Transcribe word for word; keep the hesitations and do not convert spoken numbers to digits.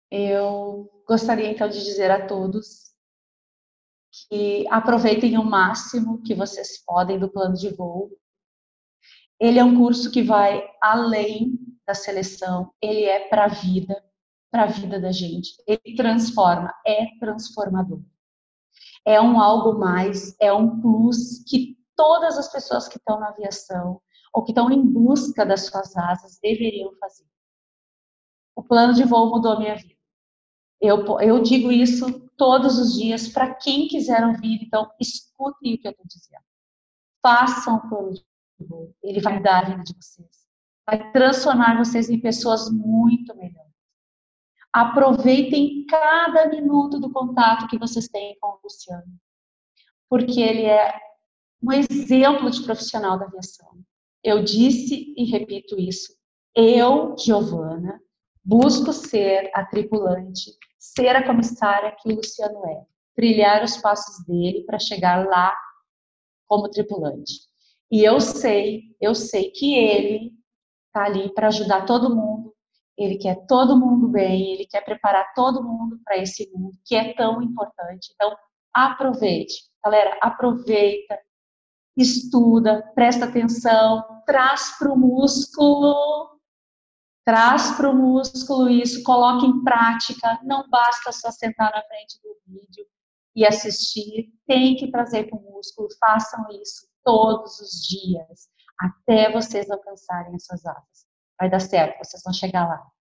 Eu gostaria então de dizer a todos que aproveitem o máximo que vocês podem do plano de voo. Ele é um curso que vai além da seleção, ele é para a vida, para a vida da gente. Ele transforma, é transformador. É um algo mais, é um plus que todas as pessoas que estão na aviação ou que estão em busca das suas asas deveriam fazer. O plano de voo mudou a minha vida. Eu, eu digo isso todos os dias para quem quiser ouvir, então escutem o que eu estou dizendo. Façam o plano de voo, ele vai dar a vida de vocês, vai transformar vocês em pessoas muito melhores. Aproveitem cada minuto do contato que vocês têm com o Luciano, porque ele é um exemplo de profissional da aviação. Eu disse e repito isso. Eu, Giovana, busco ser a tripulante, ser a comissária que o Luciano é, trilhar os passos dele para chegar lá como tripulante. E eu sei, eu sei que ele está ali para ajudar todo mundo, ele quer todo mundo bem, ele quer preparar todo mundo para esse mundo que é tão importante. Então, aproveite, galera, aproveita, estuda, presta atenção, traz para o músculo, traz para o músculo isso, coloque em prática, não basta só sentar na frente do vídeo e assistir, tem que trazer para o músculo, façam isso todos os dias, até vocês alcançarem as suas asas. Vai dar certo, vocês vão chegar lá.